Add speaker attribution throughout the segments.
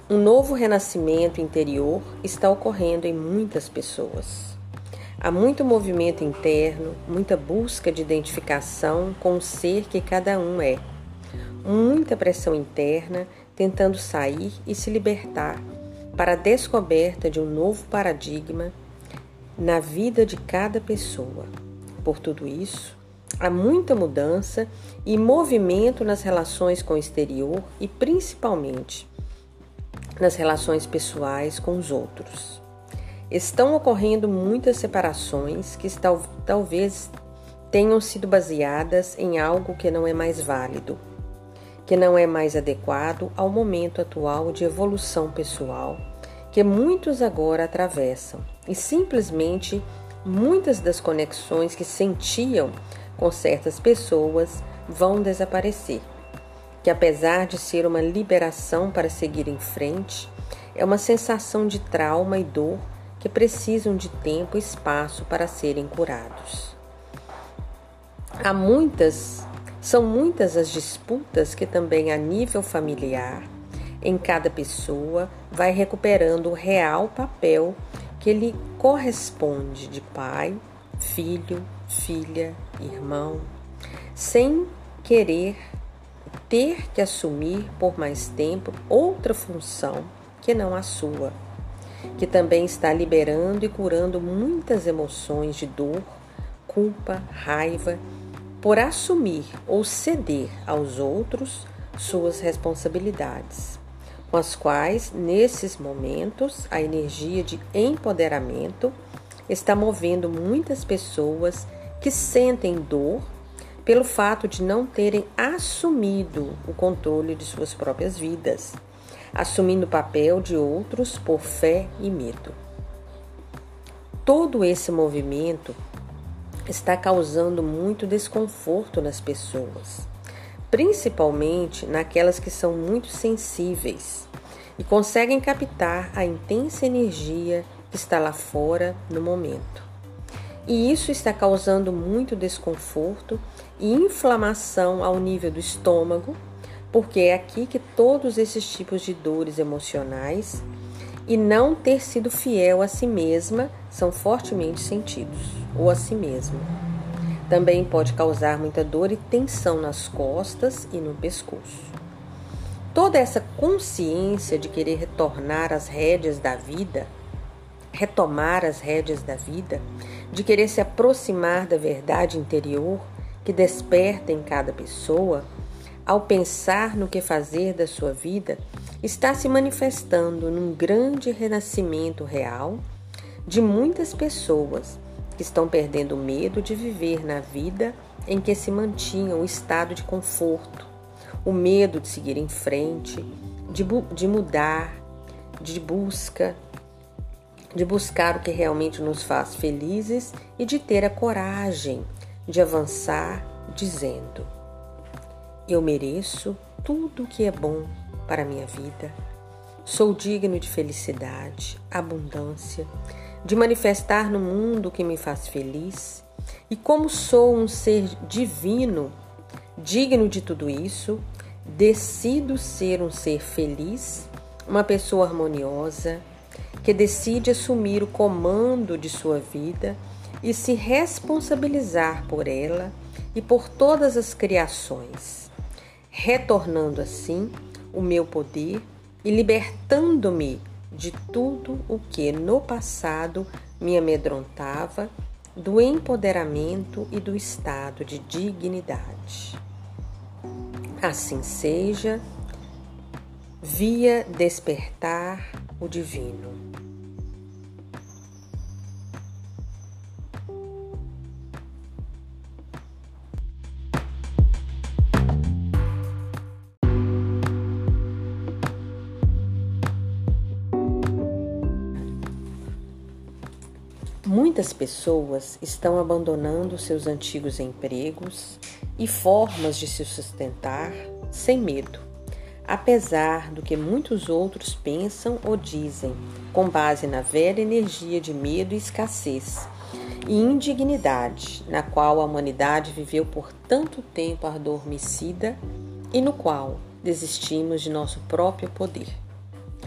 Speaker 1: Um novo renascimento interior está ocorrendo em muitas pessoas. Há muito movimento interno, muita busca de identificação com o ser que cada um é. Muita pressão interna tentando sair e se libertar para a descoberta de um novo paradigma na vida de cada pessoa. Por tudo isso, há muita mudança e movimento nas relações com o exterior e principalmente nas relações pessoais com os outros. Estão ocorrendo muitas separações que talvez tenham sido baseadas em algo que não é mais válido, que não é mais adequado ao momento atual de evolução pessoal que muitos agora atravessam e simplesmente muitas das conexões que sentiam com certas pessoas vão desaparecer. Que apesar de ser uma liberação para seguir em frente, é uma sensação de trauma e dor que precisam de tempo e espaço para serem curados. São muitas as disputas que também a nível familiar, em cada pessoa, vai recuperando o real papel que lhe corresponde de pai, filho, filha, irmão, sem querer ter que assumir por mais tempo outra função que não a sua, que também está liberando e curando muitas emoções de dor, culpa, raiva, por assumir ou ceder aos outros suas responsabilidades, com as quais, nesses momentos, a energia de empoderamento está movendo muitas pessoas que sentem dor pelo fato de não terem assumido o controle de suas próprias vidas, assumindo o papel de outros por fé e medo. Todo esse movimento está causando muito desconforto nas pessoas, principalmente naquelas que são muito sensíveis e conseguem captar a intensa energia que está lá fora no momento. E isso está causando muito desconforto e inflamação ao nível do estômago, porque é aqui que todos esses tipos de dores emocionais e não ter sido fiel a si mesma são fortemente sentidos, ou a si mesmo. Também pode causar muita dor e tensão nas costas e no pescoço. Toda essa consciência de querer retomar as rédeas da vida, de querer se aproximar da verdade interior que desperta em cada pessoa, ao pensar no que fazer da sua vida, está se manifestando num grande renascimento real de muitas pessoas que estão perdendo o medo de viver na vida em que se mantinham o estado de conforto, o medo de seguir em frente, de mudar, de buscar o que realmente nos faz felizes e de ter a coragem de avançar dizendo: eu mereço tudo o que é bom para a minha vida, sou digno de felicidade, abundância, de manifestar no mundo o que me faz feliz, e como sou um ser divino, digno de tudo isso, decido ser um ser feliz, uma pessoa harmoniosa, que decide assumir o comando de sua vida e se responsabilizar por ela e por todas as criações, retornando assim o meu poder e libertando-me de tudo o que no passado me amedrontava, do empoderamento e do estado de dignidade. Assim seja, via despertar o divino. Muitas pessoas estão abandonando seus antigos empregos e formas de se sustentar sem medo, apesar do que muitos outros pensam ou dizem, com base na velha energia de medo e escassez e indignidade, na qual a humanidade viveu por tanto tempo adormecida e no qual desistimos de nosso próprio poder.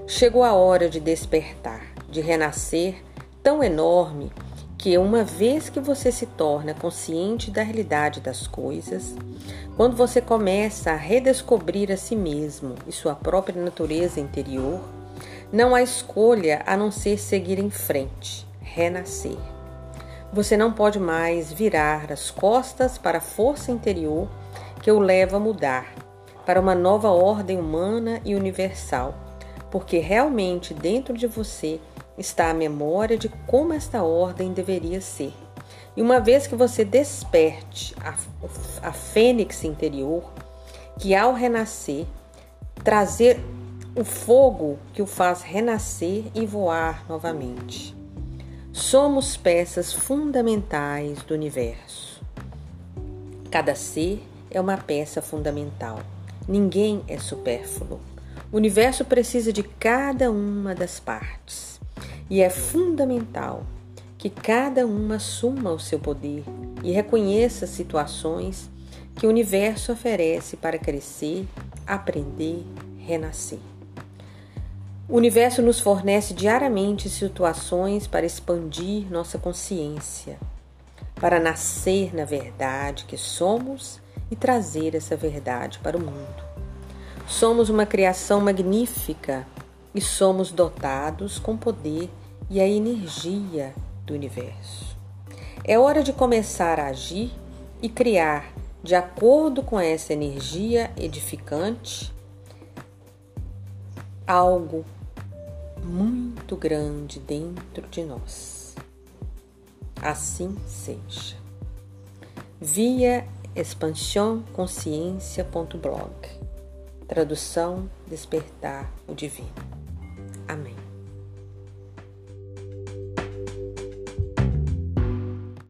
Speaker 1: Chegou a hora de despertar, de renascer tão enorme que uma vez que você se torna consciente da realidade das coisas, quando você começa a redescobrir a si mesmo e sua própria natureza interior, não há escolha a não ser seguir em frente, renascer. Você não pode mais virar as costas para a força interior que o leva a mudar, para uma nova ordem humana e universal, porque realmente dentro de você está a memória de como esta ordem deveria ser. E uma vez que você desperte a fênix interior, que ao renascer, trazer o fogo que o faz renascer e voar novamente. Somos peças fundamentais do universo. Cada ser é uma peça fundamental. Ninguém é supérfluo. O universo precisa de cada uma das partes. E é fundamental que cada uma assuma o seu poder e reconheça as situações que o universo oferece para crescer, aprender, renascer. O universo nos fornece diariamente situações para expandir nossa consciência, para nascer na verdade que somos e trazer essa verdade para o mundo. Somos uma criação magnífica e somos dotados com poder e a energia do universo. É hora de começar a agir e criar, de acordo com essa energia edificante, algo muito grande dentro de nós. Assim seja. Via expansionconsciência.blog. Tradução: Despertar o Divino. Amém.